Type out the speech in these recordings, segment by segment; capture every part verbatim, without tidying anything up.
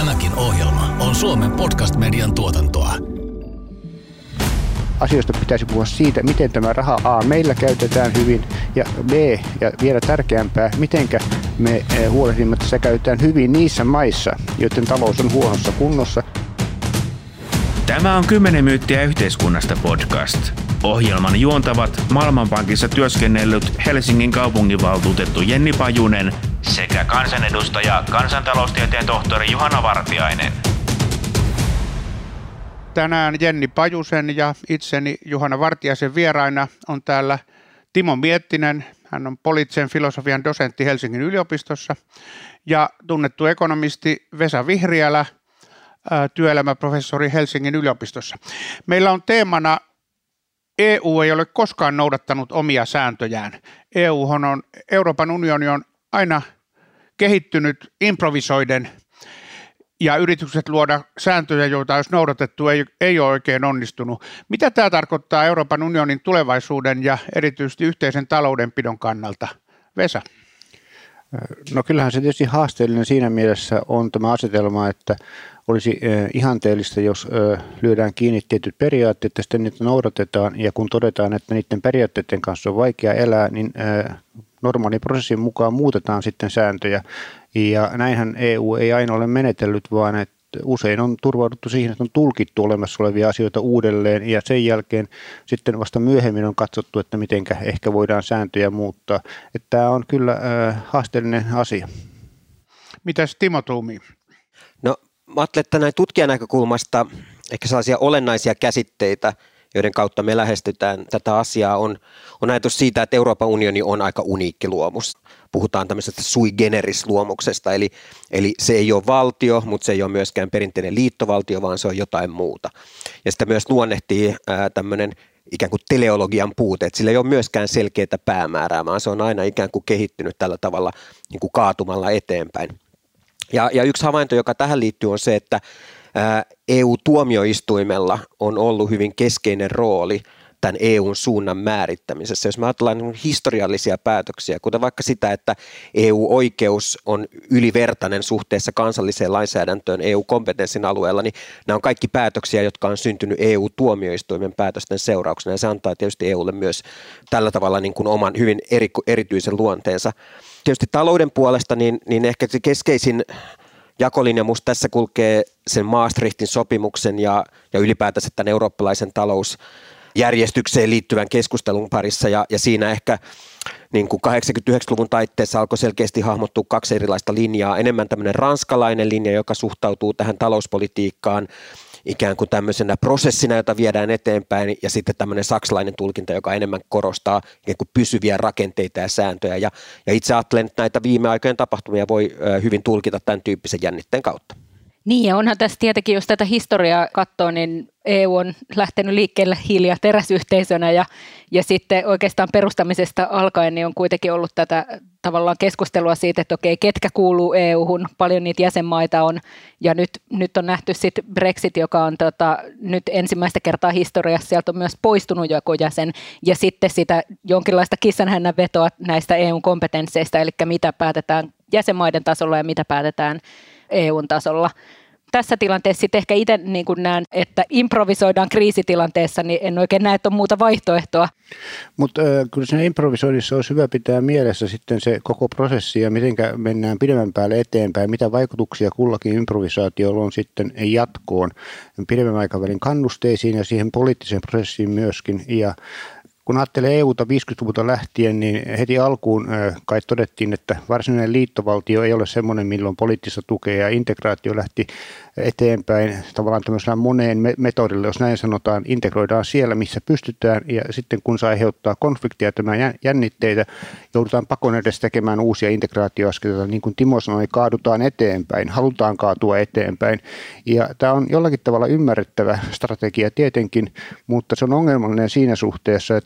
Tämäkin ohjelma on Suomen podcast-median tuotantoa. Asioista pitäisi puhua siitä, miten tämä raha A meillä käytetään hyvin ja B, ja vielä tärkeämpää, mitenkä me huolehdimme, että se käytetään hyvin niissä maissa, joiden talous on huonossa kunnossa. Tämä on kymmenen myyttiä yhteiskunnasta podcast. Ohjelman juontavat Maailmanpankissa työskennellyt Helsingin kaupunginvaltuutettu Jenni Pajunen sekä kansanedustaja kansantaloustieteen tohtori Juhana Vartiainen. Tänään Jenni Pajusen ja itseni Juhana Vartiaisen vieraina on täällä Timo Miettinen. Hän on poliittisen filosofian dosentti Helsingin yliopistossa ja tunnettu ekonomisti Vesa Vihriälä, työelämäprofessori Helsingin yliopistossa. Meillä on teemana E U ei ole koskaan noudattanut omia sääntöjään. E U on, Euroopan unioni on aina kehittynyt improvisoiden ja yritykset luoda sääntöjä, joita olisi noudatettu, ei, ei ole oikein onnistunut. Mitä tämä tarkoittaa Euroopan unionin tulevaisuuden ja erityisesti yhteisen taloudenpidon kannalta? Vesa? No kyllähän se tietysti haasteellinen siinä mielessä on tämä asetelma, että olisi ihanteellista, jos lyödään kiinni tietyt periaatteet ja sitten niitä noudatetaan, ja kun todetaan, että niiden periaatteiden kanssa on vaikea elää, niin normaalin prosessin mukaan muutetaan sitten sääntöjä, ja näinhän E U ei aina ole menetellyt, vaan että usein on turvauduttu siihen, että on tulkittu olemassa olevia asioita uudelleen, ja sen jälkeen sitten vasta myöhemmin on katsottu, että miten ehkä voidaan sääntöjä muuttaa. Että tämä on kyllä haasteellinen asia. Mitäs Timo tuumii? No mä ajattelen, että näin tutkijan näkökulmasta ehkä sellaisia olennaisia käsitteitä, joiden kautta me lähestytään tätä asiaa, on, on ajatus siitä, että Euroopan unioni on aika uniikki luomus. Puhutaan tämmöisestä sui generis luomuksesta, eli, eli se ei ole valtio, mutta se ei ole myöskään perinteinen liittovaltio, vaan se on jotain muuta. Ja sitä myös luonnehtii ää, tämmöinen ikään kuin teleologian puute, että sillä ei ole myöskään selkeää päämäärää, vaan se on aina ikään kuin kehittynyt tällä tavalla niin kuin kaatumalla eteenpäin. Ja, ja yksi havainto, joka tähän liittyy, on se, että E U-tuomioistuimella on ollut hyvin keskeinen rooli tämän E U:n suunnan määrittämisessä. Jos me ajatellaan historiallisia päätöksiä, kuten vaikka sitä, että E U-oikeus on ylivertainen suhteessa kansalliseen lainsäädäntöön E U-kompetenssin alueella, niin nämä on kaikki päätöksiä, jotka on syntynyt E U-tuomioistuimen päätösten seurauksena, ja se antaa tietysti E U:lle myös tällä tavalla niin kuin oman hyvin eri, erityisen luonteensa. Tietysti talouden puolesta, niin, niin ehkä se keskeisin jakolinja musta tässä kulkee sen Maastrichtin sopimuksen ja, ja ylipäätänsä tämän eurooppalaisen talousjärjestykseen liittyvän keskustelun parissa, ja, ja siinä ehkä niin kuin kahdeksankymmentäyhdeksänkymmentäluvun taitteessa alkoi selkeästi hahmottua kaksi erilaista linjaa, enemmän tämmöinen ranskalainen linja, joka suhtautuu tähän talouspolitiikkaan ikään kuin tämmöisenä prosessina, jota viedään eteenpäin, ja sitten tämmöinen saksalainen tulkinta, joka enemmän korostaa ikään kuin pysyviä rakenteita ja sääntöjä. Ja, ja itse ajattelen, että näitä viime aikojen tapahtumia voi hyvin tulkita tämän tyyppisen jännitteen kautta. Niin, ja onhan tässä tietenkin, jos tätä historiaa katsoo, niin E U on lähtenyt liikkeelle hiili- ja teräsyhteisönä, ja, ja sitten oikeastaan perustamisesta alkaen niin on kuitenkin ollut tätä tavallaan keskustelua siitä, että okei, ketkä kuuluu E U-hun, paljon niitä jäsenmaita on, ja nyt, nyt on nähty sitten Brexit, joka on tota, nyt ensimmäistä kertaa historiassa, sieltä on myös poistunut joku jäsen, ja sitten sitä jonkinlaista kissanhännän vetoa näistä E U-kompetensseista, eli mitä päätetään jäsenmaiden tasolla ja mitä päätetään E U:n tasolla. Tässä tilanteessa sitten ehkä itse niin kuin näen, että improvisoidaan kriisitilanteessa, niin en oikein näe, että on muuta vaihtoehtoa. Mutta äh, kyllä siinä improvisoinnissa olisi hyvä pitää mielessä sitten se koko prosessi ja miten mennään pidemmän päälle eteenpäin, mitä vaikutuksia kullakin improvisaatiolla on sitten jatkoon, pidemmän aikavälin kannusteisiin ja siihen poliittiseen prosessiin myöskin. Ja kun ajattelee E U:ta viisikymmentäluvulta lähtien, niin heti alkuun kai todettiin, että varsinainen liittovaltio ei ole semmoinen, milloin poliittista tukea ja integraatio lähti eteenpäin tavallaan tämmöisellä moneen metodilla, jos näin sanotaan, integroidaan siellä, missä pystytään, ja sitten kun se aiheuttaa konflikteja, tämän jännitteitä, joudutaan pakon edes tekemään uusia integraatioaskeleita, niin kuin Timo sanoi, kaadutaan eteenpäin, halutaan kaatua eteenpäin, ja tämä on jollakin tavalla ymmärrettävä strategia tietenkin, mutta se on ongelmallinen siinä suhteessa, että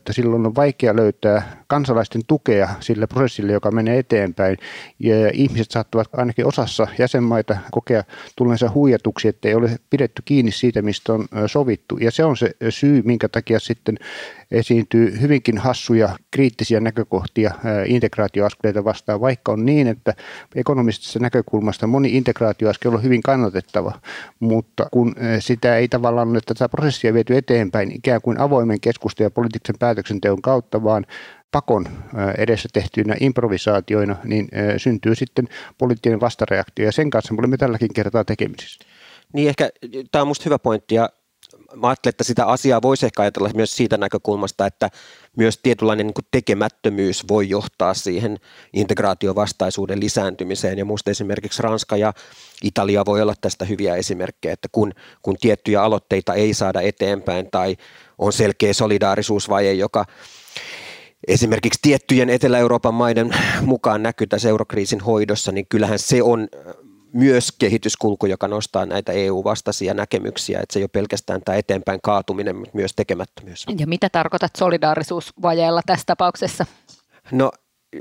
että silloin on vaikea löytää kansalaisten tukea sille prosessille, joka menee eteenpäin. Ja ihmiset saattavat ainakin osassa jäsenmaita kokea tulleensa huijatuksi, että ei ole pidetty kiinni siitä, mistä on sovittu. Ja se on se syy, minkä takia sitten esiintyy hyvinkin hassuja kriittisiä näkökohtia integraatioaskeleita vastaan, vaikka on niin, että ekonomistisesta näkökulmasta moni integraatioaskel on hyvin kannatettava, mutta kun sitä ei tavallaan ole tätä prosessia viety eteenpäin ikään kuin avoimen keskustelun ja poliittisen päätöksenteon kautta, vaan pakon edessä tehtyinä improvisaatioina, niin syntyy sitten poliittinen vastareaktio, ja sen kanssa me olemme tälläkin kertaa tekemisissä. Niin ehkä tämä on minusta hyvä pointti, ja mä ajattelen, että sitä asiaa voisi ehkä ajatella myös siitä näkökulmasta, että myös tietynlainen niin kuin tekemättömyys voi johtaa siihen integraatiovastaisuuden lisääntymiseen. Ja minusta esimerkiksi Ranska ja Italia voi olla tästä hyviä esimerkkejä, että kun, kun tiettyjä aloitteita ei saada eteenpäin tai on selkeä solidaarisuusvaje, joka esimerkiksi tiettyjen Etelä-Euroopan maiden mukaan näkyy tässä eurokriisin hoidossa, niin kyllähän se on myös kehityskulku, joka nostaa näitä E U-vastaisia näkemyksiä, että se ei ole pelkästään tämä eteenpäin kaatuminen, mutta myös tekemättömyys. Ja mitä tarkoitat solidaarisuusvajeella tässä tapauksessa? No,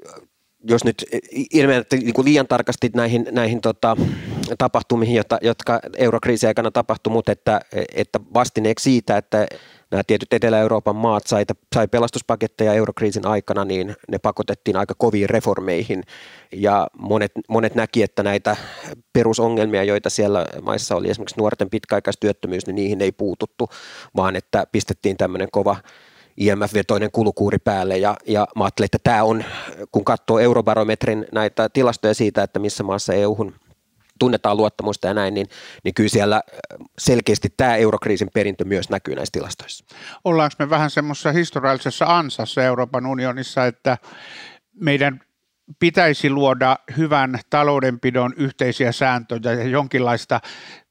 jos nyt ilmeisesti niin kuin liian tarkasti näihin, näihin tota, tapahtumiin, jota, jotka eurokriisin aikana tapahtui, mutta että, että vastineeksi siitä, että nämä tietyt Etelä-Euroopan maat sai, sai pelastuspaketteja eurokriisin aikana, niin ne pakotettiin aika koviin reformeihin. Ja monet, monet näki, että näitä perusongelmia, joita siellä maissa oli, esimerkiksi nuorten pitkäaikaistyöttömyys, niin niihin ei puututtu, vaan että pistettiin tämmöinen kova I M F-vetoinen kulukuuri päälle. Ja, ja mä ajattelin, että tämä on, kun katsoo Eurobarometrin näitä tilastoja siitä, että missä maassa E U-hun tunnetaan luottamusta ja näin, niin, niin kyllä siellä selkeästi tämä eurokriisin perintö myös näkyy näissä tilastoissa. Ollaanko me vähän semmoisessa historiallisessa ansassa Euroopan unionissa, että meidän pitäisi luoda hyvän taloudenpidon yhteisiä sääntöjä ja jonkinlaista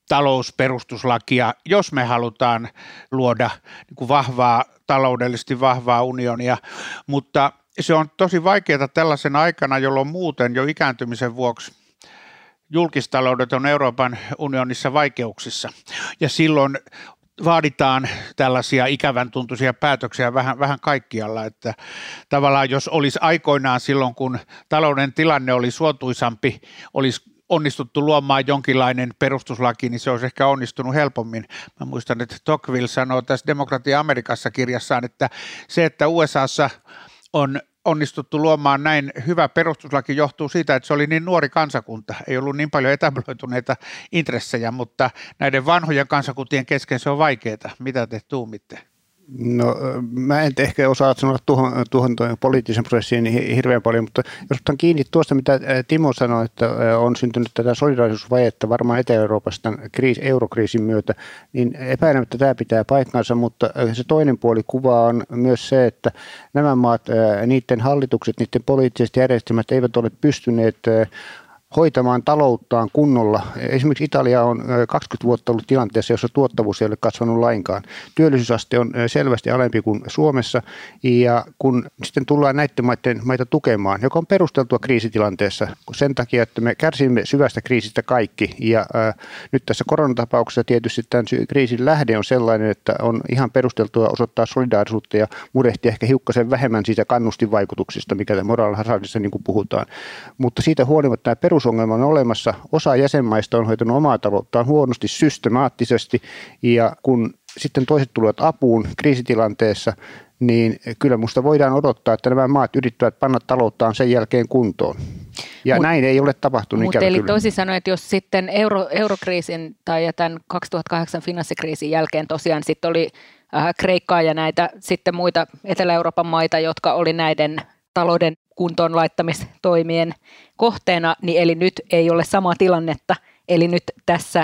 talousperustuslakia, jos me halutaan luoda niin kuin vahvaa, taloudellisesti vahvaa unionia, mutta se on tosi vaikeaa tällaisen aikana, jolloin muuten jo ikääntymisen vuoksi julkistaloudet on Euroopan unionissa vaikeuksissa, ja silloin vaaditaan tällaisia ikävän tuntuisia päätöksiä vähän, vähän kaikkialla, että tavallaan jos olisi aikoinaan silloin, kun talouden tilanne oli suotuisampi, olisi onnistuttu luomaan jonkinlainen perustuslaki, niin se olisi ehkä onnistunut helpommin. Mä muistan, että Tocqueville sanoo tässä Demokratia Amerikassa -kirjassaan, että se, että U S A:ssa on onnistuttu luomaan näin hyvä perustuslaki, johtuu siitä, että se oli niin nuori kansakunta. Ei ollut niin paljon etabloituneita intressejä, mutta näiden vanhojen kansakuntien kesken se on vaikeaa. Mitä te tuumitte? No mä en ehkä osaa sanoa tuohon, tuohon poliittisen prosessiin hirveän paljon, mutta jos otan kiinni tuosta, mitä Timo sanoi, että on syntynyt tätä solidaarisuusvajetta varmaan Etelä-Euroopassa tämän kriis, eurokriisin myötä, niin epäilemättä tämä pitää paikkansa, mutta se toinen puoli kuvaa on myös se, että nämä maat, niiden hallitukset, niiden poliittiset järjestelmät eivät ole pystyneet hoitamaan talouttaan kunnolla. Esimerkiksi Italia on kaksikymmentä vuotta ollut tilanteessa, jossa tuottavuus ei ole kasvanut lainkaan. Työllisyysaste on selvästi alempi kuin Suomessa, ja kun sitten tullaan näiden maiden maita tukemaan, joka on perusteltua kriisitilanteessa sen takia, että me kärsimme syvästä kriisistä kaikki, ja ää, nyt tässä koronatapauksessa tietysti tämän kriisin lähde on sellainen, että on ihan perusteltua osoittaa solidaarisuutta ja murehtia ehkä hiukkasen vähemmän siitä kannustinvaikutuksista, mikä moral hazardissa niin kuin puhutaan. Mutta siitä huolimatta tämä perusongelma on olemassa. Osa jäsenmaista on hoitanut omaa talouttaan huonosti systemaattisesti, ja kun sitten toiset tulevat apuun kriisitilanteessa, niin kyllä musta voidaan odottaa, että nämä maat yrittävät panna talouttaan sen jälkeen kuntoon. Ja mut, näin ei ole tapahtunut mutta ikävä eli kyllä. toisin sanoen, että jos sitten euro, eurokriisin tai tämän kaksituhattakahdeksan finanssikriisin jälkeen tosiaan sitten oli äh, Kreikkaa ja näitä sitten muita Etelä-Euroopan maita, jotka oli näiden talouden kuntoon laittamistoimien kohteena, niin eli nyt ei ole samaa tilannetta. Eli nyt tässä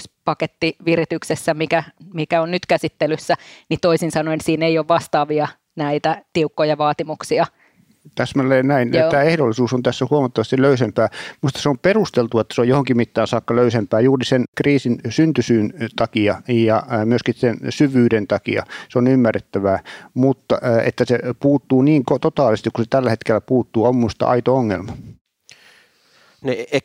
elvytyspakettivirityksessä, mikä, mikä on nyt käsittelyssä, niin toisin sanoen siinä ei ole vastaavia näitä tiukkoja vaatimuksia. Täsmälleen näin. Joo. Tämä ehdollisuus on tässä huomattavasti löysempää. Minusta se on perusteltu, että se on johonkin mittaan saakka löysempää juuri sen kriisin syntysyyn takia ja myöskin sen syvyyden takia. Se on ymmärrettävää, mutta että se puuttuu niin totaalisesti kuin se tällä hetkellä puuttuu, on minusta aito ongelma. No, ehkä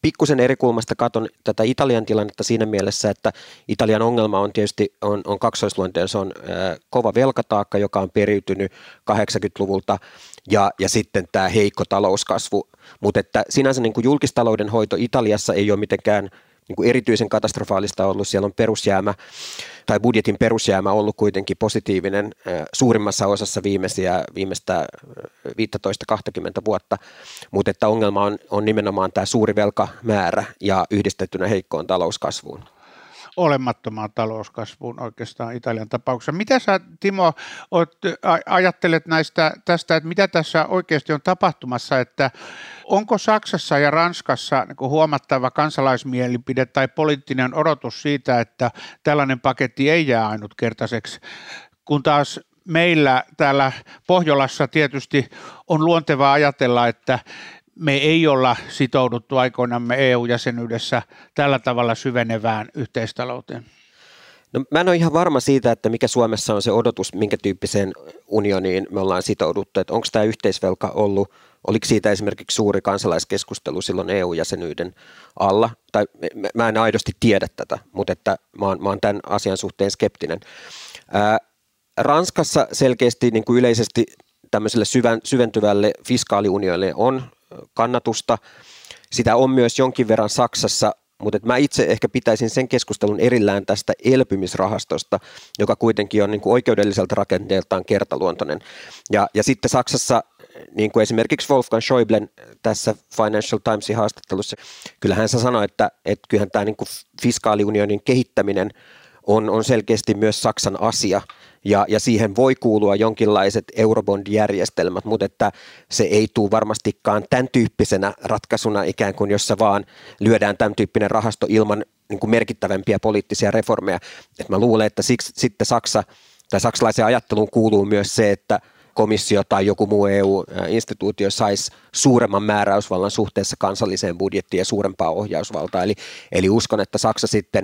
pikkusen eri kulmasta katson tätä Italian tilannetta siinä mielessä, että Italian ongelma on tietysti on, on kaksoisluonteen, se on ää, kova velkataakka, joka on periytynyt kahdeksankymmentäluvulta ja, ja sitten tämä heikko talouskasvu, mutta että sinänsä niin kuin julkistalouden hoito Italiassa ei ole mitenkään niin kuin erityisen katastrofaalista ollut, siellä on perusjäämä tai budjetin perusjäämä ollut kuitenkin positiivinen suurimmassa osassa viimeisiä, viimeistä viisitoista kaksikymmentä vuotta, mutta että ongelma on, on nimenomaan tämä suuri velkamäärä ja yhdistettynä heikkoon talouskasvuun. Olemattomaan talouskasvuun oikeastaan Italian tapauksessa. Mitä sä, Timo, oot, ajattelet näistä, tästä, että mitä tässä oikeasti on tapahtumassa, että onko Saksassa ja Ranskassa niin kuin huomattava kansalaismielipide tai poliittinen odotus siitä, että tällainen paketti ei jää ainutkertaiseksi, kun taas meillä täällä Pohjolassa tietysti on luontevaa ajatella, että me ei olla sitouduttu aikoinamme E U-jäsenyydessä tällä tavalla syvenevään yhteistalouteen. No, mä en ole ihan varma siitä, että mikä Suomessa on se odotus, minkä tyyppiseen unioniin me ollaan sitouduttu, että onko tämä yhteisvelka ollut, oliko siitä esimerkiksi suuri kansalaiskeskustelu silloin E U-jäsenyyden alla, tai mä en aidosti tiedä tätä, mutta että mä oon, mä oon tämän asian suhteen skeptinen. Ää, Ranskassa selkeästi niin kuin yleisesti tämmöiselle syvän, syventyvälle fiskaaliunionille on kannatusta. Sitä on myös jonkin verran Saksassa, mutta mä itse ehkä pitäisin sen keskustelun erillään tästä elpymisrahastosta, joka kuitenkin on niin kuin oikeudelliselta rakenteeltaan kertaluontoinen. Ja, ja sitten Saksassa, niin kuin esimerkiksi Wolfgang Schäuble tässä Financial Timesin haastattelussa, kyllähän hän sanoi, että, että kyllähän tämä niin kuin fiskaaliunionin kehittäminen on, on selkeästi myös Saksan asia, ja, ja siihen voi kuulua jonkinlaiset eurobond-järjestelmät, mutta että se ei tule varmastikaan tämän tyyppisenä ratkaisuna ikään kuin, jossa vaan lyödään tämän tyyppinen rahasto ilman niin kuin merkittävämpiä poliittisia reformeja. Et mä luulen, että siksi, sitten Saksa tai saksalaisen ajatteluun kuuluu myös se, että komissio tai joku muu E U-instituutio saisi suuremman määräysvallan suhteessa kansalliseen budjettiin ja suurempaa ohjausvaltaa. Eli, eli uskon, että Saksa sitten,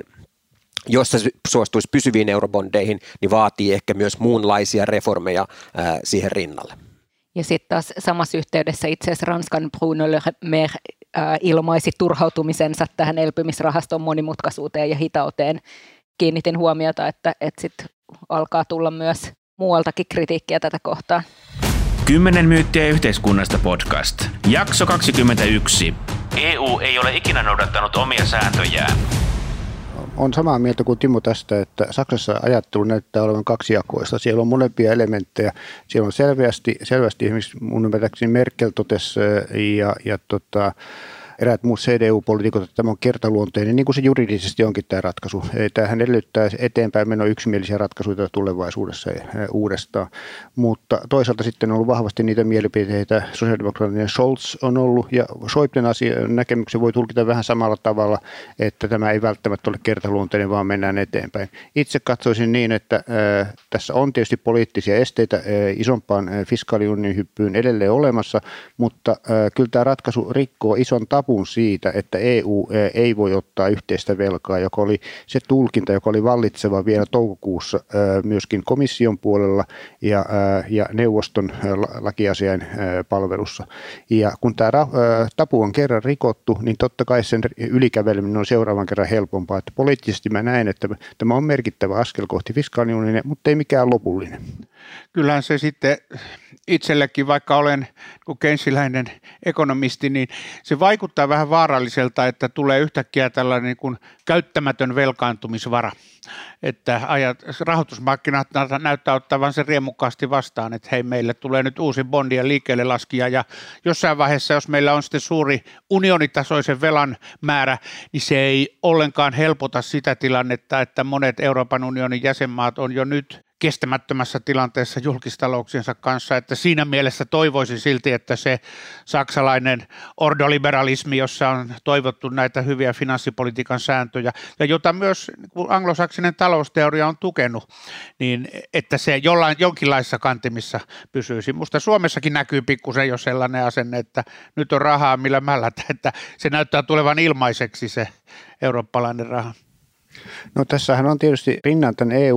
jos se suostuisi pysyviin eurobondeihin, niin vaatii ehkä myös muunlaisia reformeja ää, siihen rinnalle. Ja sitten taas samassa yhteydessä itse asiassa Ranskan Bruno Le Maire ää, ilmaisi turhautumisensa tähän elpymisrahaston monimutkaisuuteen ja hitauteen. Kiinnitin huomiota, että, että sitten alkaa tulla myös muualtakin kritiikkiä tätä kohtaan. Kymmenen myyttiä yhteiskunnasta podcast. Jakso kaksikymmentäyksi. E U ei ole ikinä noudattanut omia sääntöjään. On samaa mieltä kuin Timo tästä, että Saksassa ajattelu näyttää olevan kaksijakoista. Siellä on molempia elementtejä. Siellä on selvästi, selvästi esimerkiksi mun ymmärtääkseni Merkel totesi ja, ja tota, eräät muut C D U-poliitikot, että tämä on kertaluonteinen, niin kuin se juridisesti onkin tämä ratkaisu. Tämähän edellyttää eteenpäin meno yksimielisiä ratkaisuja tulevaisuudessa uudestaan, mutta toisaalta sitten on ollut vahvasti niitä mielipiteitä, sosiaalidemokraattinen Scholz on ollut, ja Schäublen asia, näkemyksen voi tulkita vähän samalla tavalla, että tämä ei välttämättä ole kertaluonteinen, vaan mennään eteenpäin. Itse katsoisin niin, että äh, tässä on tietysti poliittisia esteitä äh, isompaan äh, fiskaaliunionin hyppyyn edelleen olemassa, mutta äh, kyllä tämä ratkaisu rikkoo ison tapun siitä, että E U ei voi ottaa yhteistä velkaa, joka oli se tulkinta, joka oli vallitseva vielä toukokuussa myöskin komission puolella ja, ja neuvoston lakiasiain palvelussa. Ja kun tämä tabu on kerran rikottu, niin totta kai sen ylikäveleminen on seuraavan kerran helpompaa. Että poliittisesti mä näen, että tämä on merkittävä askel kohti fiskaaliunionia, mutta ei mikään lopullinen. Kyllähän se sitten itsellekin, vaikka olen keynesiläinen ekonomisti, niin se vaikuttaa vähän vaaralliselta, että tulee yhtäkkiä tällainen niin kuin käyttämätön velkaantumisvara, että ajat, rahoitusmarkkinat näyttää ottavan sen riemukkaasti vastaan, että hei, meille tulee nyt uusi bondi ja liikkeelle laskija, ja jossain vaiheessa, jos meillä on sitten suuri unionitasoisen velan määrä, niin se ei ollenkaan helpota sitä tilannetta, että monet Euroopan unionin jäsenmaat on jo nyt kestämättömässä tilanteessa julkistalouksiensa kanssa, että siinä mielessä toivoisin silti, että se saksalainen ordoliberalismi, jossa on toivottu näitä hyviä finanssipolitiikan sääntöjä, ja jota myös anglosaksinen talousteoria on tukenut, niin että se jollain, jonkinlaisissa kantimissa pysyisi. Musta Suomessakin näkyy pikkusen jo sellainen asenne, että nyt on rahaa millä mällätä, että se näyttää tulevan ilmaiseksi se eurooppalainen raha. No tässähän on tietysti rinnan tämän E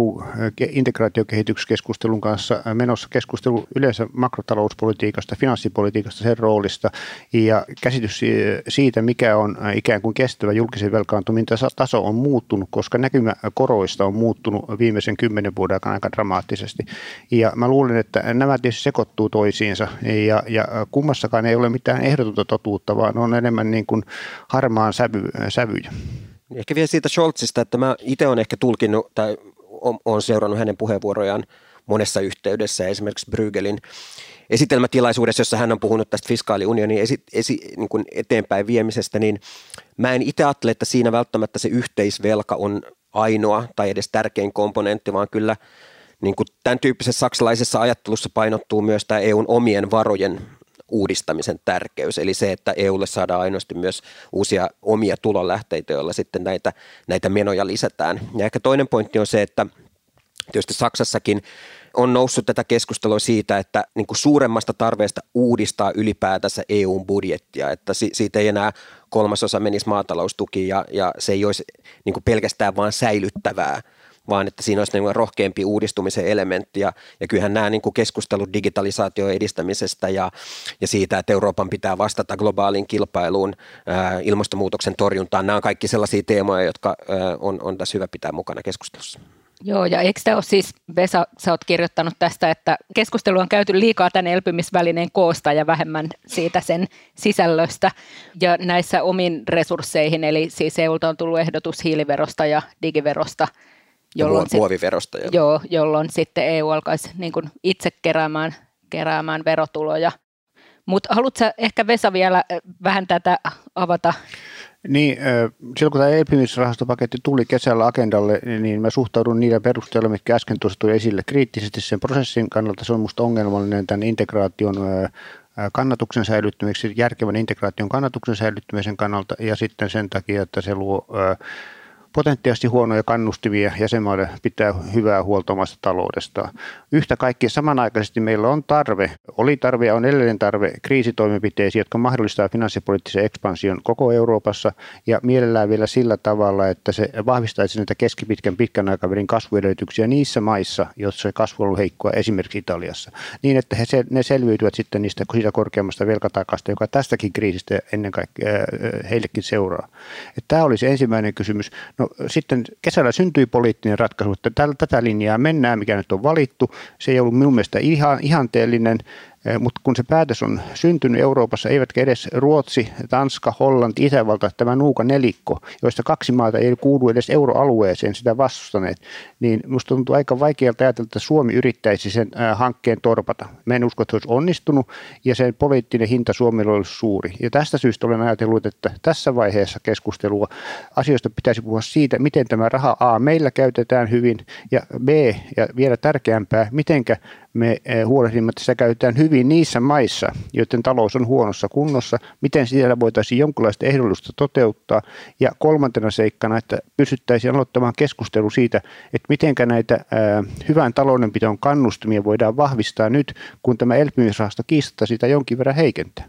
U-integraatiokehityskeskustelun kanssa menossa keskustelu yleensä makrotalouspolitiikasta, finanssipolitiikasta, sen roolista ja käsitys siitä, mikä on ikään kuin kestävä julkisen velkaantuminen taso on muuttunut, koska näkymä koroista on muuttunut viimeisen kymmenen vuoden aikana aika dramaattisesti. Ja mä luulen, että nämä tietysti sekoittuu toisiinsa ja, ja kummassakaan ei ole mitään ehdotonta totuutta, vaan on enemmän niin kuin harmaan sävy, sävyjä. Ehkä vielä siitä Scholzista, että mä itse olen ehkä tulkinnut tai olen seurannut hänen puheenvuorojaan monessa yhteydessä, esimerkiksi Bruegelin esitelmätilaisuudessa, jossa hän on puhunut tästä fiskaaliunionin esi, esi, niin kuin eteenpäin viemisestä, niin mä en itse ajattele, että siinä välttämättä se yhteisvelka on ainoa tai edes tärkein komponentti, vaan kyllä niin kuin tämän tyyppisessä saksalaisessa ajattelussa painottuu myös tämä E U:n omien varojen uudistamisen tärkeys, eli se, että E U:lle saadaan ainoasti myös uusia omia tulonlähteitä, joilla sitten näitä, näitä menoja lisätään. Ja ehkä toinen pointti on se, että tietysti Saksassakin on noussut tätä keskustelua siitä, että niin kuin suuremmasta tarveesta uudistaa ylipäätänsä E U:n budjettia, että si- siitä ei enää kolmasosa menisi maataloustukiin ja, ja se ei olisi niin kuin pelkästään vaan säilyttävää, vaan että siinä olisi niin rohkeampi uudistumisen elementti. Ja, ja kyllähän nämä niin kuin keskustelut digitalisaation edistämisestä ja, ja siitä, että Euroopan pitää vastata globaaliin kilpailuun, ää, ilmastonmuutoksen torjuntaan, nämä on kaikki sellaisia teemoja, jotka ää, on, on tässä hyvä pitää mukana keskustelussa. Joo, ja eikö tämä ole siis, Vesa, sä oot kirjoittanut tästä, että keskustelu on käyty liikaa tämän elpymisvälineen koosta ja vähemmän siitä sen sisällöstä. Ja näissä omiin resursseihin, eli siis E U:lta on tullut ehdotus hiiliverosta ja digiverosta, jolloin, muoviverosta, sit, joo, jolloin sitten E U alkaisi niin kuin itse keräämään, keräämään verotuloja. Mutta haluatko ehkä, Vesa, vielä vähän tätä avata? Niin, silloin kun tämä elpymisrahastopaketti tuli kesällä agendalle, niin mä suhtaudun niillä perusteella, mitkä äsken tuossa tuli esille kriittisesti sen prosessin kannalta. Se on musta ongelmallinen tämän integraation kannatuksen säilyttämiseksi, järkevän integraation kannatuksen säilyttämisen kannalta ja sitten sen takia, että se luo potentiaalisesti huonoja kannustimia jäsenmaille pitää hyvää huolta omasta taloudestaan. Yhtä kaikki samanaikaisesti meillä on tarve, oli tarve ja on edelleen tarve kriisitoimenpiteisiin, jotka mahdollistaa finanssipoliittisen ekspansion koko Euroopassa ja mielellään vielä sillä tavalla, että se vahvistaisi näitä keskipitkän pitkän aikavälin kasvuedellytyksiä niissä maissa, joissa kasvu on ollut heikkoa, esimerkiksi Italiassa, niin että he, ne selviytyvät sitten niistä siitä korkeammasta velkatakasta, joka tästäkin kriisistä ennen kaikkea heillekin seuraa. Että tämä oli se ensimmäinen kysymys. No sitten kesällä syntyi poliittinen ratkaisu, että tällä, tätä linjaa mennään, mikä nyt on valittu. Se ei ollut minun mielestä ihan, ihanteellinen, mutta kun se päätös on syntynyt Euroopassa, eivätkä edes Ruotsi, Tanska, Hollanti, Itävalta, tämä nuuka nelikko, joista kaksi maata ei kuulu edes euroalueeseen sitä vastustaneet, niin minusta tuntuu aika vaikealta ajatella, että Suomi yrittäisi sen hankkeen torpata. Mä en usko, että se olisi onnistunut ja sen poliittinen hinta Suomelle olisi suuri. Ja tästä syystä olen ajatellut, että tässä vaiheessa keskustelua asioista pitäisi puhua siitä, miten tämä raha A meillä käytetään hyvin ja B, ja vielä tärkeämpää, mitenkä me huolehdimme, että sitä käytetään hyvin niissä maissa, joiden talous on huonossa kunnossa, miten siellä voitaisiin jonkinlaista ehdollisuutta toteuttaa. Ja kolmantena seikkana, että pystyttäisiin aloittamaan keskustelu siitä, että miten näitä ää, hyvän taloudenpidon kannustimia voidaan vahvistaa nyt, kun tämä elpymisrahasto kiistatta sitä jonkin verran heikentää.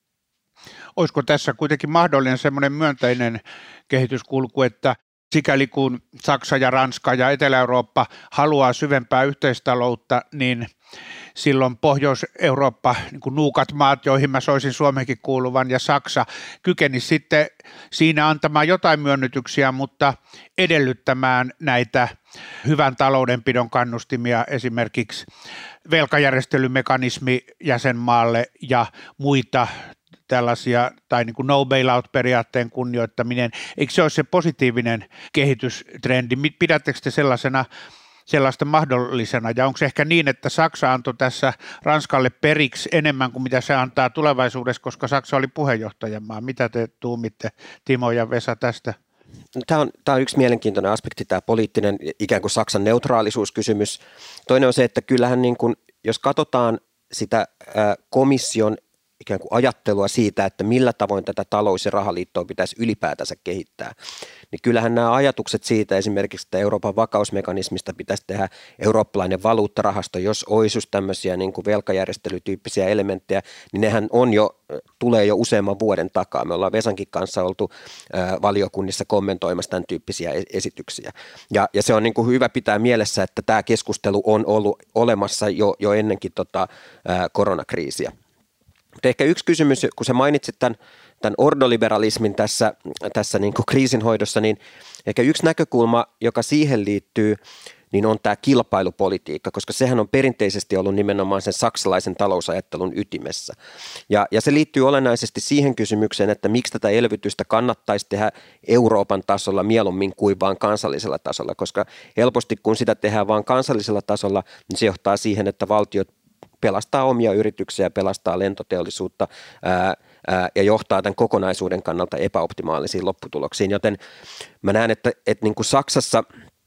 Olisiko tässä kuitenkin mahdollinen semmoinen myönteinen kehityskulku, että sikäli kun Saksa ja Ranska ja Etelä-Eurooppa haluaa syvempää yhteistaloutta, niin silloin Pohjois-Eurooppa, niin kuin nuukat maat, joihin mä soisin Suomenkin kuuluvan, ja Saksa kykeni sitten siinä antamaan jotain myönnytyksiä, mutta edellyttämään näitä hyvän taloudenpidon kannustimia, esimerkiksi velkajärjestelymekanismi jäsenmaalle ja muita tällaisia, tai niin kuin no bailout-periaatteen kunnioittaminen, eikö se ole se positiivinen kehitystrendi? Pidättekö te sellaisena, sellaista mahdollisena, ja onko se ehkä niin, että Saksa antoi tässä Ranskalle periksi enemmän kuin mitä se antaa tulevaisuudessa, koska Saksa oli puheenjohtajamaa? Mitä te tuumitte, Timo ja Vesa, tästä? Tämä on, tämä on yksi mielenkiintoinen aspekti, tämä poliittinen ikään kuin Saksan neutraalisuuskysymys. Toinen on se, että kyllähän niin kuin, jos katsotaan sitä ää, komission ikään kuin ajattelua siitä, että millä tavoin tätä talous- ja rahaliittoa pitäisi ylipäätänsä kehittää, niin kyllähän nämä ajatukset siitä esimerkiksi, että Euroopan vakausmekanismista pitäisi tehdä eurooppalainen valuuttarahasto, jos olisi tämmöisiä niin kuin velkajärjestelytyyppisiä elementtejä, niin nehän on jo, tulee jo useamman vuoden takaa. Me ollaan Vesankin kanssa oltu ää, valiokunnissa kommentoimassa tämän tyyppisiä esityksiä. Ja, ja se on niin kuin hyvä pitää mielessä, että tämä keskustelu on ollut olemassa jo, jo ennenkin tota, ää, koronakriisiä. Mutta ehkä yksi kysymys, kun sä mainitsit tämän, tämän ordoliberalismin tässä, tässä niin kuin kriisinhoidossa, niin ehkä yksi näkökulma, joka siihen liittyy, niin on tämä kilpailupolitiikka, koska sehän on perinteisesti ollut nimenomaan sen saksalaisen talousajattelun ytimessä. Ja, ja se liittyy olennaisesti siihen kysymykseen, että miksi tätä elvytystä kannattaisi tehdä Euroopan tasolla mieluummin kuin vaan kansallisella tasolla, koska helposti kun sitä tehdään vaan kansallisella tasolla, niin se johtaa siihen, että valtiot pelastaa omia yrityksiä, pelastaa lentoteollisuutta ää, ää, ja johtaa tämän kokonaisuuden kannalta epäoptimaalisiin lopputuloksiin. Joten mä näen, että, että niin kuin Saksassa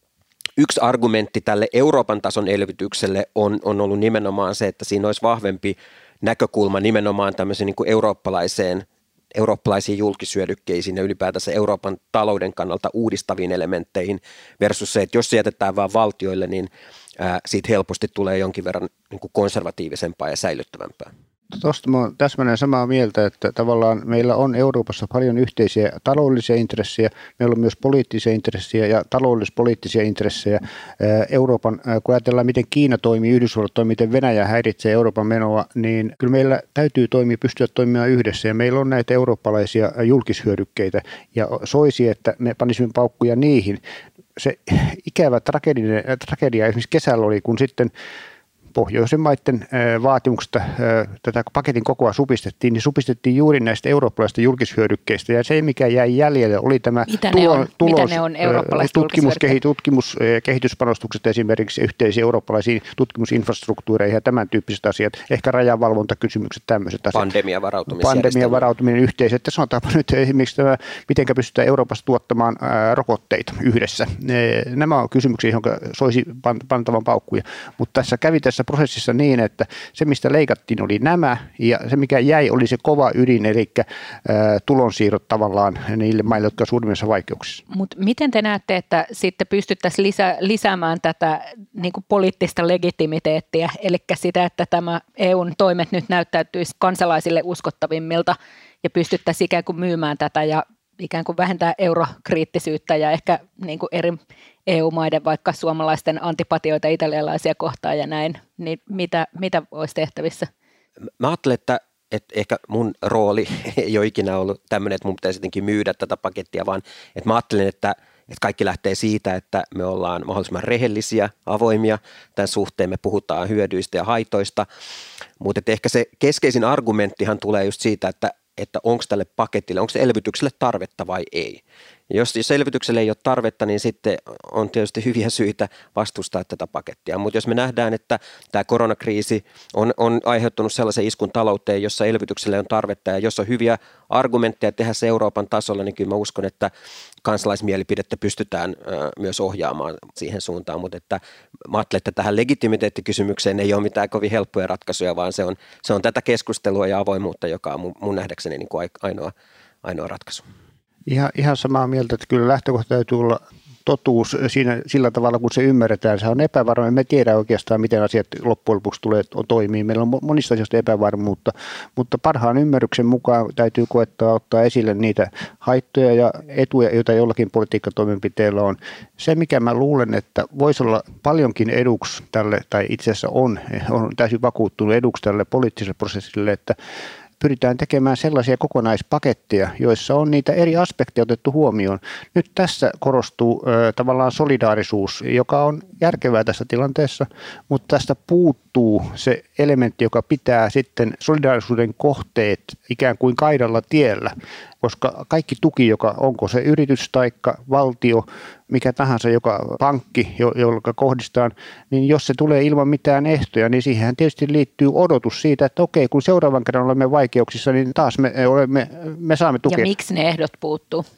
yksi argumentti tälle Euroopan tason elvytykselle on, on ollut nimenomaan se, että siinä olisi vahvempi näkökulma nimenomaan tämmöiseen niin kuin eurooppalaiseen eurooppalaisiin julkisyödykkeisiin ja ylipäätänsä Euroopan talouden kannalta uudistaviin elementteihin versus se, että jos se jätetään vaan valtioille, niin ää, siitä helposti tulee jonkin verran niin kuin konservatiivisempaa ja säilyttävämpää. Tuosta olen täsmälleen samaa mieltä, että tavallaan meillä on Euroopassa paljon yhteisiä taloudellisia intressejä, meillä on myös poliittisia intressejä ja taloudellis-poliittisia intressejä. Euroopan, kun ajatellaan miten Kiina toimii, Yhdysvallat toimii, miten Venäjä häiritsee Euroopan menoa, niin kyllä meillä täytyy toimia, pystyä toimimaan yhdessä ja meillä on näitä eurooppalaisia julkishyödykkeitä ja soisi, että me panisimme paukkuja niihin. Se ikävä tragedia, tragedia esimerkiksi kesällä oli, kun sitten pohjoisen maiden vaatimuksesta tätä paketin kokoa supistettiin, niin supistettiin juuri näistä eurooppalaisista julkishyödykkeistä. Ja se, mikä jäi jäljelle, oli tämä tulo, tulos, tutkimus, tutkimus, kehityspanostukset esimerkiksi yhteisiin eurooppalaisiin tutkimusinfrastruktuureihin ja tämän tyyppiset asiat. Ehkä rajavalvontakysymykset, tämmöiset asiat. Pandemian varautumisjärjestelmä. Pandemian varautuminen yhteiset. Sanotaanpa nyt esimerkiksi tämä, miten pystytään Euroopassa tuottamaan rokotteita yhdessä. Nämä on kysymyksiä, joihin soisi pantavan paukkuja. Mutta tässä kävi tässä prosessissa niin, että se, mistä leikattiin, oli nämä, ja se, mikä jäi, oli se kova ydin, eli ä, tulonsiirrot tavallaan niille maille, jotka ovat suurimmissa vaikeuksissa. Mutta miten te näette, että sitten pystyttäisiin lisä, lisäämään tätä niin kuin poliittista legitimiteettiä, eli sitä, että tämä E U:n toimet nyt näyttäytyisi kansalaisille uskottavimmilta, ja pystyttäisiin ikään kuin myymään tätä, ja ikään kuin vähentää eurokriittisyyttä ja ehkä niin kuin eri E U-maiden, vaikka suomalaisten antipatioita italialaisia kohtaan ja näin, niin mitä, mitä olisi tehtävissä? Mä ajattelen, että, että ehkä mun rooli ei ole ikinä ollut tämmöinen, että mun pitäisi jotenkin myydä tätä pakettia, vaan että mä ajattelen, että, että kaikki lähtee siitä, että me ollaan mahdollisimman rehellisiä, avoimia tämän suhteen, me puhutaan hyödyistä ja haitoista, mutta ehkä se keskeisin argumenttihan tulee just siitä, että että onko tälle paketille, onko se elvytykselle tarvetta vai ei. Ja jos, jos elvytykselle ei ole tarvetta, niin sitten on tietysti hyviä syitä vastustaa tätä pakettia. Mutta jos me nähdään, että tämä koronakriisi on, on aiheuttanut sellaisen iskun talouteen, jossa elvytykselle on tarvetta ja jos on hyviä argumentteja tehdä se Euroopan tasolla, niin kyllä mä uskon, että kansalaismielipidettä pystytään ö, myös ohjaamaan siihen suuntaan. Mutta että mä ajattelen, että tähän legitimiteettikysymykseen ei ole mitään kovin helppoja ratkaisuja, vaan se on, se on tätä keskustelua ja avoimuutta, joka on mun, mun nähdäkseni niin kuin ainoa, ainoa ratkaisu. Ihan, ihan samaa mieltä, että kyllä lähtökohta täytyy olla totuus siinä, sillä tavalla, kun se ymmärretään. Se on epävarma. Me tiedä oikeastaan, miten asiat loppujen lopuksi tulee toimii. Meillä on monista asioista epävarmuutta, mutta parhaan ymmärryksen mukaan täytyy koettaa ottaa esille niitä haittoja ja etuja, joita jollakin politiikkatoimenpiteellä on. Se, mikä mä luulen, että voisi olla paljonkin eduksi tälle, tai itse asiassa on, on täysin vakuuttunut eduksi tälle poliittiselle prosessille, että pyritään tekemään sellaisia kokonaispaketteja, joissa on niitä eri aspekteja otettu huomioon. Nyt tässä korostuu ö, tavallaan solidaarisuus, joka on järkevää tässä tilanteessa, mutta tästä puuttuu se elementti, joka pitää sitten solidaarisuuden kohteet ikään kuin kaidalla tiellä, koska kaikki tuki, joka onko se yritys tai valtio, mikä tahansa, joka pankki, jolla kohdistaan, niin jos se tulee ilman mitään ehtoja, niin siihen tietysti liittyy odotus siitä, että okei, kun seuraavan kerran olemme vaikeuksissa, niin taas me, olemme, me saamme tukea. Ja miksi ne ehdot puuttuu?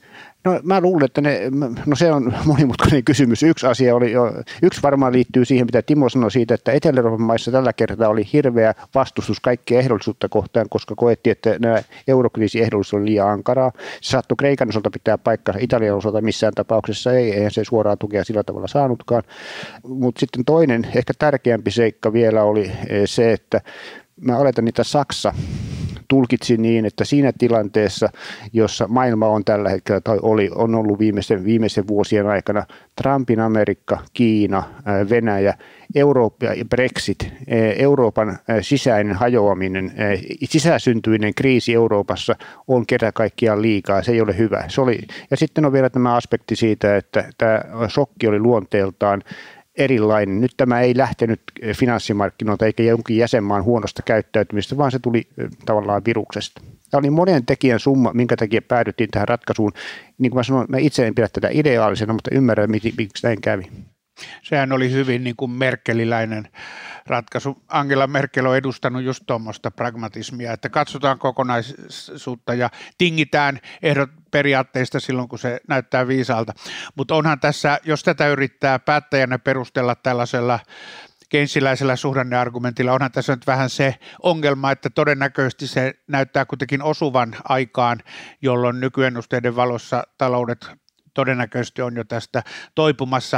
No mä luulen, että ne, no se on monimutkainen kysymys. Yksi asia oli jo, yksi varmaan liittyy siihen, mitä Timo sanoi siitä, että Etelä-Euroopan maissa tällä kertaa oli hirveä vastustus kaikkea ehdollisuutta kohtaan, koska koettiin, että nämä eurokriisiehdollisuus oli liian ankaraa. Se saattoi Kreikan osalta pitää paikkansa, Italian osalta missään tapauksessa ei, eihän se suoraa tukea sillä tavalla saanutkaan. Mutta sitten toinen, ehkä tärkeämpi seikka vielä oli se, että mä oletan, että Saksa tulkitsi niin, että siinä tilanteessa, jossa maailma on tällä hetkellä tai oli, on ollut viimeisen, viimeisen vuosien aikana Trumpin Amerikka, Kiina, Venäjä, Eurooppa ja Brexit, Euroopan sisäinen hajoaminen, sisäsyntyinen kriisi Euroopassa on kerta kaikkiaan liikaa, se ei ole hyvä. Se oli, ja sitten on vielä tämä aspekti siitä, että tämä shokki oli luonteeltaan erilainen. Nyt tämä ei lähtenyt finanssimarkkinoilta eikä jonkin jäsenmaan huonosta käyttäytymistä, vaan se tuli tavallaan viruksesta. Tämä oli monen tekijän summa, minkä takia päädyttiin tähän ratkaisuun. Niin kuin mä sanoin, mä itse en pidä tätä ideaalisena, mutta ymmärrän, miksi näin kävi. Sehän oli hyvin niin kuin merkeliläinen ratkaisu. Angela Merkel on edustanut just tuommoista pragmatismia, että katsotaan kokonaisuutta ja tingitään ehdot periaatteista silloin, kun se näyttää viisaalta. Mutta onhan tässä, jos tätä yrittää päättäjänä perustella tällaisella keynesiläisellä suhdanneargumentilla, onhan tässä nyt vähän se ongelma, että todennäköisesti se näyttää kuitenkin osuvan aikaan, jolloin nykyennusteiden valossa taloudet todennäköisesti on jo tästä toipumassa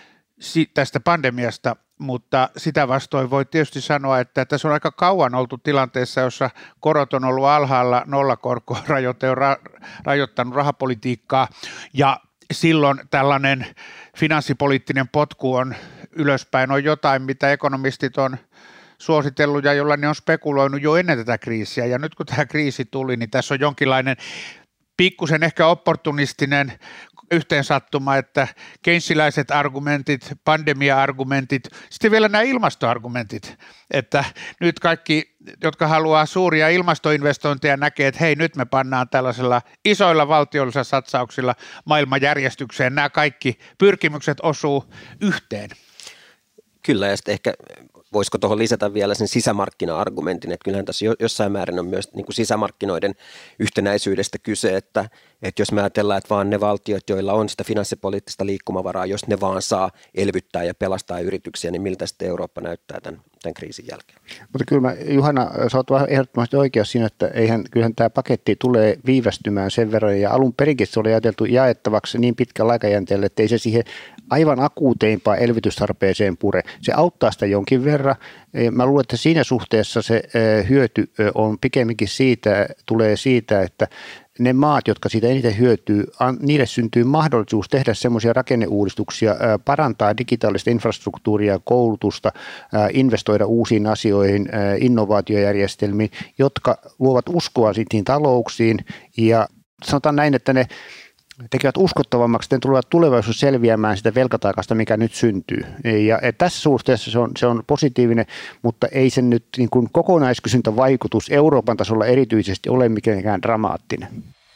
tästä pandemiasta, mutta sitä vastoin voi tietysti sanoa, että tässä on aika kauan oltu tilanteessa, jossa korot on ollut alhaalla, nollakorkorajoite on ra- rajoittanut rahapolitiikkaa ja silloin tällainen finanssipoliittinen potku on ylöspäin on jotain, mitä ekonomistit on suositellut ja jolla ne on spekuloinut jo ennen tätä kriisiä ja nyt kun tämä kriisi tuli, niin tässä on jonkinlainen pikkusen ehkä opportunistinen yhteensattuma, että keynesiläiset argumentit, pandemia-argumentit, sitten vielä nämä ilmastoargumentit, että nyt kaikki, jotka haluaa suuria ilmastoinvestointeja, näkee, että hei, nyt me pannaan tällaisella isoilla valtiollisilla satsauksilla maailmanjärjestykseen, nämä kaikki pyrkimykset osuu yhteen. Kyllä, ja sitten ehkä voisiko tuohon lisätä vielä sen sisämarkkina-argumentin, että kyllähän tässä jossain määrin on myös niin kuin sisämarkkinoiden yhtenäisyydestä kyse, että, että jos me ajatellaan, että vaan ne valtiot, joilla on sitä finanssipoliittista liikkumavaraa, jos ne vaan saa elvyttää ja pelastaa yrityksiä, niin miltä sitten Eurooppa näyttää tämän, tämän kriisin jälkeen. Mutta kyllä mä, Juhana, sä oot vähän ehdottomasti oikeassa siinä, että eihän, kyllähän tämä paketti tulee viivästymään sen verran, ja alun perinkin se oli ajateltu jaettavaksi niin pitkällä aikajänteellä, että ei se siihen aivan akuuteimpaan elvytystarpeeseen pure. Se auttaa sitä jonkin verran. Mä luulen, että siinä suhteessa se hyöty on pikemminkin siitä, tulee siitä, että ne maat, jotka siitä eniten hyötyy, niille syntyy mahdollisuus tehdä semmoisia rakenneuudistuksia, parantaa digitaalista infrastruktuuria, koulutusta, investoida uusiin asioihin, innovaatiojärjestelmiin, jotka luovat uskoa niihin talouksiin ja sanotaan näin, että ne tekevät uskottavammaksi, että ne tulevat tulevaisuudessa selviämään sitä velkataakasta, mikä nyt syntyy. Ja tässä suhteessa se on, se on positiivinen, mutta ei sen nyt niin kuin kokonaiskysyntävaikutus Euroopan tasolla erityisesti ole mikään dramaattinen.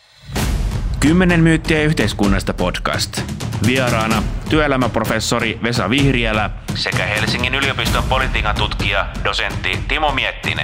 Kymmenen myyttiä yhteiskunnasta podcast. Vieraana työelämäprofessori Vesa Vihriälä sekä Helsingin yliopiston politiikan tutkija, dosentti Timo Miettinen.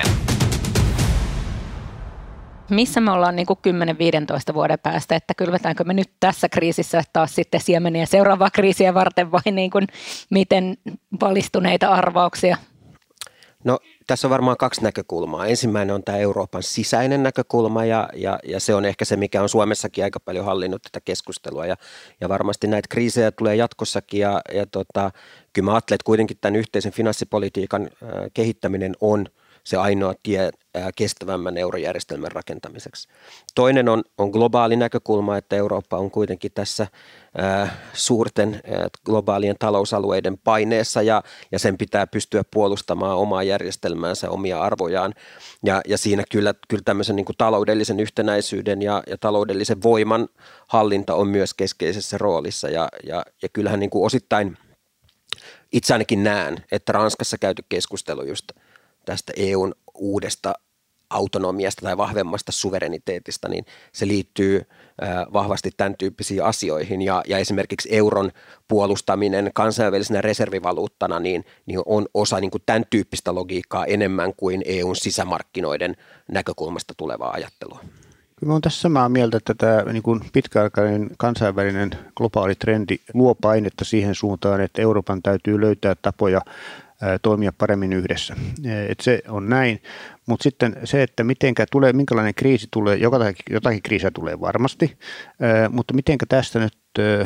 Missä me ollaan niin kuin kymmenen viisitoista vuoden päästä, että kylvetäänkö me nyt tässä kriisissä taas sitten siemeniä seuraavaa kriisiä varten vai niin kuin miten valistuneita arvauksia? No tässä on varmaan kaksi näkökulmaa. Ensimmäinen on tämä Euroopan sisäinen näkökulma ja, ja, ja se on ehkä se, mikä on Suomessakin aika paljon hallinnut tätä keskustelua ja, ja varmasti näitä kriisejä tulee jatkossakin ja, ja tota, kyllä mä ajattelen, että kuitenkin tämän yhteisen finanssipolitiikan äh, kehittäminen on se ainoa tie kestävämmän eurojärjestelmän rakentamiseksi. Toinen on, on globaali näkökulma, että Eurooppa on kuitenkin tässä ää, suurten ää, globaalien talousalueiden paineessa ja, ja sen pitää pystyä puolustamaan omaa järjestelmäänsä, omia arvojaan. Ja, ja siinä kyllä, kyllä tämmöisen niin kuin taloudellisen yhtenäisyyden ja, ja taloudellisen voiman hallinta on myös keskeisessä roolissa. Ja, ja, ja kyllähän niin kuin osittain itse ainakin näen, että Ranskassa käyty keskustelu just tästä E U:n uudesta autonomiasta tai vahvemmasta suvereniteetista, niin se liittyy äh, vahvasti tämän tyyppisiin asioihin ja, ja esimerkiksi euron puolustaminen kansainvälisenä reservivaluuttana niin, niin on osa niin kuin tämän tyyppistä logiikkaa enemmän kuin E U:n sisämarkkinoiden näkökulmasta tulevaa ajattelua. Kyllä olen tässä samaa mieltä, että tämä niin kuin pitkäaikainen kansainvälinen globaali trendi luo painetta siihen suuntaan, että Euroopan täytyy löytää tapoja toimia paremmin yhdessä. Et se on näin, mutta sitten se, että mitenkä tulee, minkälainen kriisi tulee, jotakin, jotakin kriisiä tulee varmasti, mutta mitenkä tästä nyt,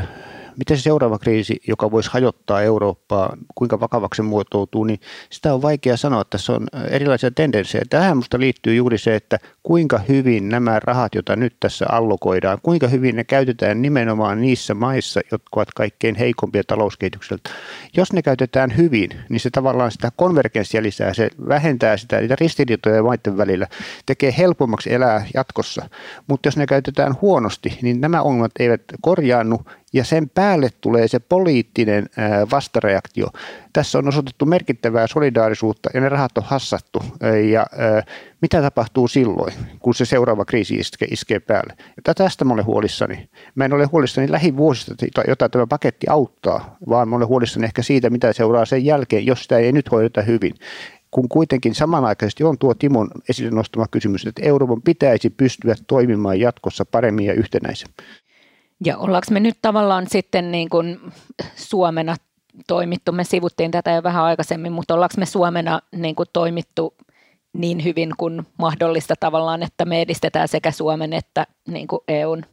miten se seuraava kriisi, joka voisi hajottaa Eurooppaa, kuinka vakavaksi se muotoutuu, niin sitä on vaikea sanoa. Tässä on erilaisia tendenssejä. Tähän minusta liittyy juuri se, että kuinka hyvin nämä rahat, joita nyt tässä allokoidaan, kuinka hyvin ne käytetään nimenomaan niissä maissa, jotka ovat kaikkein heikompia talouskehitykseltä. Jos ne käytetään hyvin, niin se tavallaan sitä konvergenssia lisää, se vähentää sitä, niitä ristiriitoja maiden välillä, tekee helpommaksi elää jatkossa. Mutta jos ne käytetään huonosti, niin nämä ongelmat eivät korjaannu, ja sen päälle tulee se poliittinen vastareaktio. Tässä on osoitettu merkittävää solidaarisuutta ja ne rahat on hassattu. Ja mitä tapahtuu silloin, kun se seuraava kriisi iskee, iskee päälle? Ja tästä mä olen huolissani. Mä en ole huolissani lähivuosista, jota tämä paketti auttaa, vaan mä olen huolissani ehkä siitä, mitä seuraa sen jälkeen, jos sitä ei nyt hoideta hyvin. Kun kuitenkin samanaikaisesti on tuo Timon esille nostama kysymys, että Euroopan pitäisi pystyä toimimaan jatkossa paremmin ja yhtenäisemmin. Ja ollaanko me nyt tavallaan sitten niin kuin Suomena toimittu, me sivuttiin tätä jo vähän aikaisemmin, mutta ollaanko me Suomena niin kuin toimittu niin hyvin kuin mahdollista tavallaan, että me edistetään sekä Suomen että niin kuin E U:n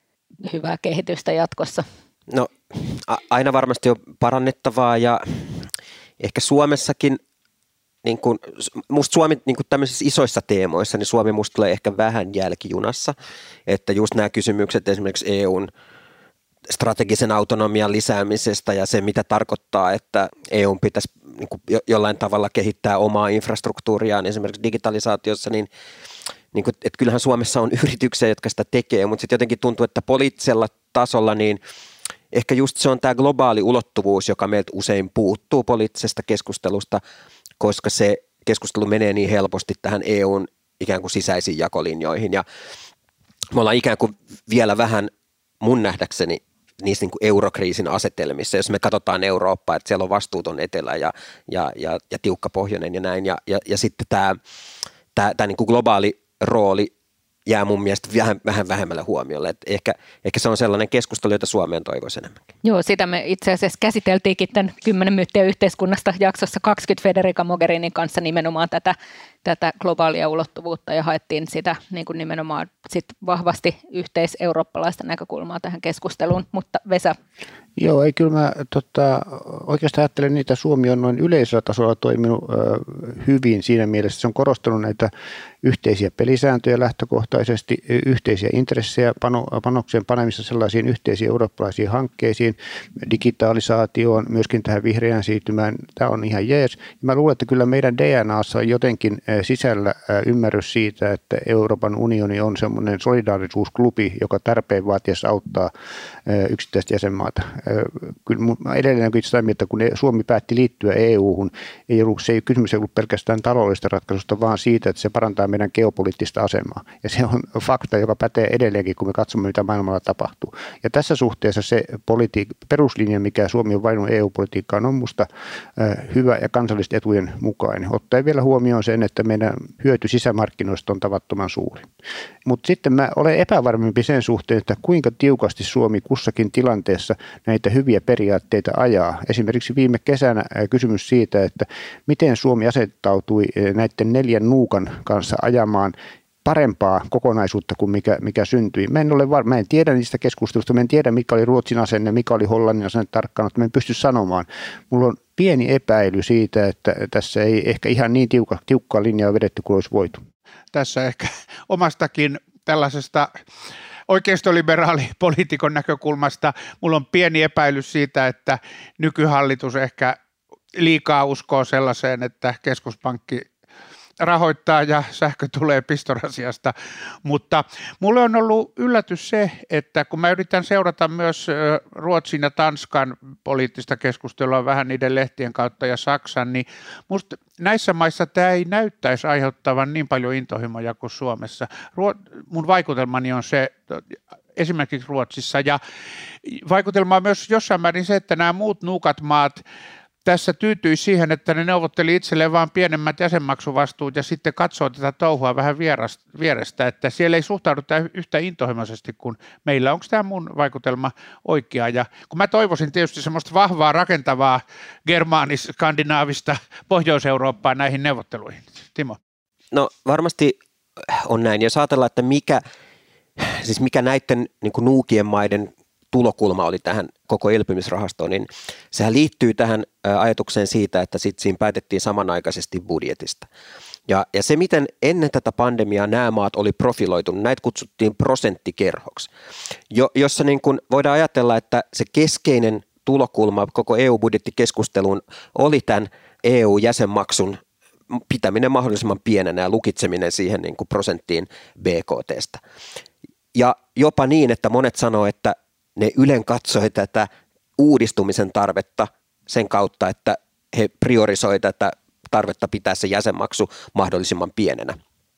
hyvää kehitystä jatkossa? No aina varmasti on parannettavaa ja ehkä Suomessakin, niin kuin, musta Suomi niin kuin tämmöisissä isoissa teemoissa, niin Suomi musta tulee ehkä vähän jälkijunassa, että just nämä kysymykset esimerkiksi E U:n strategisen autonomian lisäämisestä ja se, mitä tarkoittaa, että E U:n pitäisi niin kuin jollain tavalla kehittää omaa infrastruktuuriaan esimerkiksi digitalisaatiossa, niin, niin kuin, että kyllähän Suomessa on yrityksiä, jotka sitä tekee, mutta sitten jotenkin tuntuu, että poliittisella tasolla niin ehkä just se on tämä globaali ulottuvuus, joka meiltä usein puuttuu poliittisesta keskustelusta, koska se keskustelu menee niin helposti tähän E U:n ikään kuin sisäisiin jakolinjoihin ja me ollaan ikään kuin vielä vähän mun nähdäkseni niissä niin kuin eurokriisin asetelmissa, jos me katsotaan Eurooppaa, että siellä on vastuuton etelä ja, ja, ja, ja tiukka pohjoinen ja näin ja, ja, ja sitten tämä, tämä, tämä niin kuin globaali rooli jää mun mielestä vähän, vähän vähemmälle huomiolle. Että ehkä, ehkä se on sellainen keskustelu, jota Suomeen toivoisi enemmänkin. Joo, sitä me itse asiassa käsiteltiinkin tämän kymmenen myyttiä yhteiskunnasta jaksossa kaksikymmentä Federica Mogherinin kanssa nimenomaan tätä, tätä globaalia ulottuvuutta ja haettiin sitä niin kuin nimenomaan sit vahvasti yhteiseurooppalaista näkökulmaa tähän keskusteluun. Mutta Vesa? Joo, ei kyllä mä tota, oikeastaan ajattelen niitä, Suomi on noin yleisellä tasolla toiminut ö, hyvin siinä mielessä, se on korostanut näitä yhteisiä pelisääntöjä lähtökohtaisesti, yhteisiä intressejä pano, panokseen panemissa sellaisiin yhteisiin eurooppalaisiin hankkeisiin, digitalisaatioon, myöskin tähän vihreään siirtymään, tämä on ihan jees. Mä luulen, että kyllä meidän D N A:ssa on jotenkin sisällä ymmärrys siitä, että Euroopan unioni on semmoinen solidaarisuusklubi, joka tarpeen vaatiessa auttaa yksittäistä jäsenmaata. Kyllä mä edelleen olen sitä mieltä, kun Suomi päätti liittyä E U:hun, ei ollut, se ei kysymys ei ollut pelkästään taloudellisesta ratkaisusta, vaan siitä, että se parantaa meidän geopoliittista asemaa. Ja se on fakta, joka pätee edelleenkin, kun me katsomme, mitä maailmalla tapahtuu. Ja tässä suhteessa se politiik- peruslinja, mikä Suomi on valinnut E U-politiikkaan, on musta hyvä ja kansallisten etujen mukainen. Ottaen vielä huomioon sen, että meidän hyöty sisämarkkinoista on tavattoman suuri. Mutta sitten mä olen epävarmempi sen suhteen, että kuinka tiukasti Suomi kussakin tilanteessa näitä hyviä periaatteita ajaa. Esimerkiksi viime kesänä kysymys siitä, että miten Suomi asettautui näiden neljän nuukan kanssa ajamaan parempaa kokonaisuutta kuin mikä, mikä syntyi. Mä en ole varma, mä en tiedä niistä keskustelusta, mä en tiedä mikä oli Ruotsin asenne, mikä oli Hollannin asenne tarkkaan, mutta mä en pysty sanomaan. Mulla on pieni epäily siitä, että tässä ei ehkä ihan niin tiukka, tiukkaa linjaa vedetty kuin olisi voitu. Tässä ehkä omastakin tällaisesta oikeistoliberaalipoliitikon näkökulmasta mulla on pieni epäilys siitä, että nykyhallitus ehkä liikaa uskoo sellaiseen, että keskuspankki rahoittaa ja sähkö tulee pistorasiasta, mutta mulle on ollut yllätys se, että kun mä yritän seurata myös Ruotsin ja Tanskan poliittista keskustelua vähän niiden lehtien kautta ja Saksan, niin musta näissä maissa tämä ei näyttäisi aiheuttavan niin paljon intohimoja kuin Suomessa. Mun vaikutelmani on se, esimerkiksi Ruotsissa, ja vaikutelma on myös jossain määrin se, että nämä muut nuukat maat tässä tyytyisi siihen, että ne neuvotteli itselleen vain pienemmät jäsenmaksuvastuut ja sitten katsoo tätä touhua vähän vierestä, että siellä ei suhtauduta yhtä intohimoisesti kuin meillä. Onko tämä mun vaikutelma oikea? Ja kun mä toivoisin tietysti semmoista vahvaa, rakentavaa germaanis-skandinaavista Pohjois-Eurooppaa näihin neuvotteluihin. Timo. No varmasti on näin. Jos ajatellaan, että mikä, siis mikä näiden niin kuin nuukien maiden tulokulma oli tähän koko elpymisrahastoon, niin sehän liittyy tähän ajatukseen siitä, että sitten siinä päätettiin samanaikaisesti budjetista. Ja, ja se, miten ennen tätä pandemiaa nämä maat oli profiloitunut, näitä kutsuttiin prosenttikerhoksi, jo, jossa niin kun voidaan ajatella, että se keskeinen tulokulma koko E U-budjettikeskusteluun oli tämän E U-jäsenmaksun pitäminen mahdollisimman pienenä ja lukitseminen siihen niin kuin prosenttiin B K T:stä. Ja jopa niin, että monet sanoo, että ne ylen katsoi tätä uudistumisen tarvetta sen kautta, että he priorisoi tätä tarvetta pitää se jäsenmaksu mahdollisimman pienenä.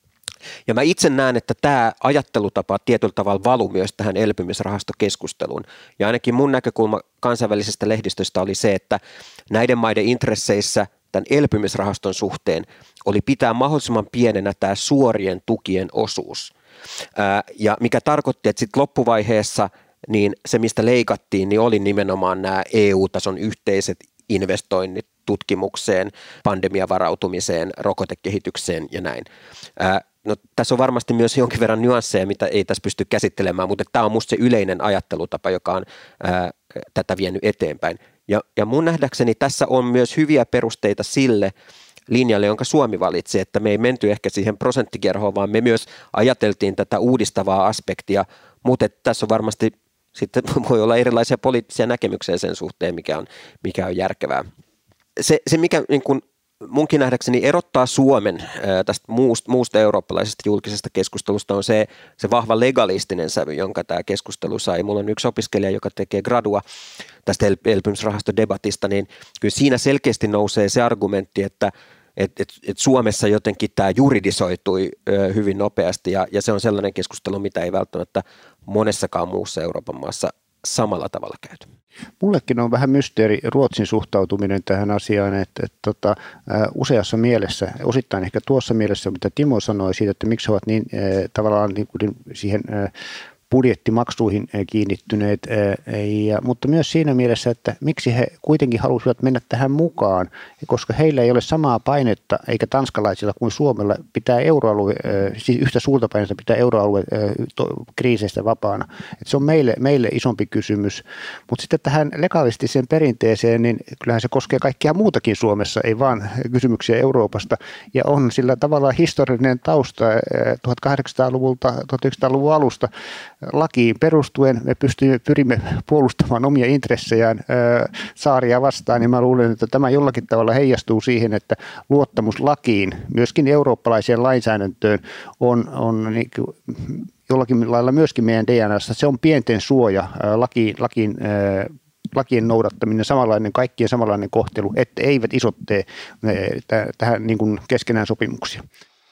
Ja mä itse näen, että tämä ajattelutapa tietyllä tavalla valuu myös tähän elpymisrahastokeskusteluun. Ja ainakin mun näkökulma kansainvälisestä lehdistöstä oli se, että näiden maiden intresseissä tämän elpymisrahaston suhteen oli pitää mahdollisimman pienenä tämä suorien tukien osuus. Ää, ja mikä tarkoitti, että sitten loppuvaiheessa niin se, mistä leikattiin, niin oli nimenomaan nämä E U-tason yhteiset investoinnit tutkimukseen, pandemiavarautumiseen, rokotekehitykseen ja näin. Ää, no, tässä on varmasti myös jonkin verran nyansseja, mitä ei tässä pysty käsittelemään, mutta tämä on musta se yleinen ajattelutapa, joka on ää, tätä vienyt eteenpäin. Ja, ja mun nähdäkseni tässä on myös hyviä perusteita sille linjalle, jonka Suomi valitsi, että me ei menty ehkä siihen prosenttikerhoon, vaan me myös ajateltiin tätä uudistavaa aspektia, mutta tässä on varmasti sitten voi olla erilaisia poliittisia näkemyksiä sen suhteen, mikä on, mikä on järkevää. Se, se mikä niin kun munkin nähdäkseni erottaa Suomen ää, tästä muusta, muusta eurooppalaisesta julkisesta keskustelusta on se, se vahva legalistinen sävy, jonka tämä keskustelu sai. Mulla on yksi opiskelija, joka tekee gradua tästä el- elpymisrahastodebatista, niin kyllä siinä selkeästi nousee se argumentti, että et, et, et Suomessa jotenkin tämä juridisoitui ö, hyvin nopeasti ja, ja se on sellainen keskustelu, mitä ei välttämättä monessakaan muussa Euroopan maassa samalla tavalla käyty. Mullekin on vähän mysteeri Ruotsin suhtautuminen tähän asiaan, että, että, että useassa mielessä, osittain ehkä tuossa mielessä, mitä Timo sanoi siitä, että miksi he ovat niin äh, tavallaan niin kuin siihen äh, budjettimaksuihin kiinnittyneet, ja, mutta myös siinä mielessä, että miksi he kuitenkin halusivat mennä tähän mukaan, koska heillä ei ole samaa painetta, eikä tanskalaisilla kuin Suomella pitää euroalue, siis yhtä suurta painetta pitää euroalue kriiseistä vapaana. Et se on meille, meille isompi kysymys, mutta sitten tähän legalistiseen perinteeseen, niin kyllähän se koskee kaikkia muutakin Suomessa, ei vaan kysymyksiä Euroopasta, ja on sillä tavalla historiallinen tausta tuhatkahdeksansataaluvulta, tuhatyhdeksänsataaluvun alusta, lakiin perustuen me pystymme, pyrimme puolustamaan omia intressejään ää, saaria vastaan, niin mä luulen, että tämä jollakin tavalla heijastuu siihen, että luottamus lakiin, myöskin eurooppalaiseen lainsäädäntöön, on, on niin kuin, jollakin lailla myöskin meidän D N A:ssa. Se on pienten suoja, ää, lakiin, lakiin, ää, lakien noudattaminen, samanlainen, kaikkien samanlainen kohtelu, että eivät isot tee ää, tähän niin kuin keskenään sopimuksia.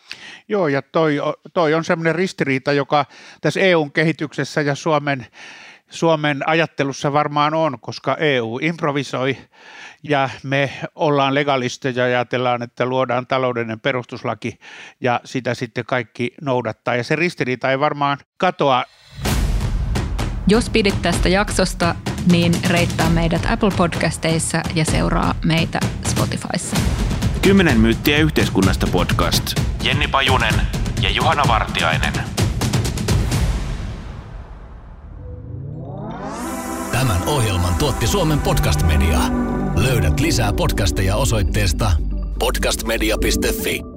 Joo, ja toi, toi on semmoinen ristiriita, joka tässä E U:n kehityksessä ja Suomen, Suomen ajattelussa varmaan on, koska E U improvisoi ja me ollaan legalisteja ja ajatellaan, että luodaan taloudellinen perustuslaki ja sitä sitten kaikki noudattaa. Ja se ristiriita ei varmaan katoa. Jos pidit tästä jaksosta, niin reittaa meidät Apple Podcasteissa ja seuraa meitä Spotifyssa. Kymmenen myyttiä yhteiskunnasta podcast. Jenni Pajunen ja Juhana Vartiainen. Tämän ohjelman tuotti Suomen Podcast Media. Löydät lisää podcasteja osoitteesta podcast media piste fi.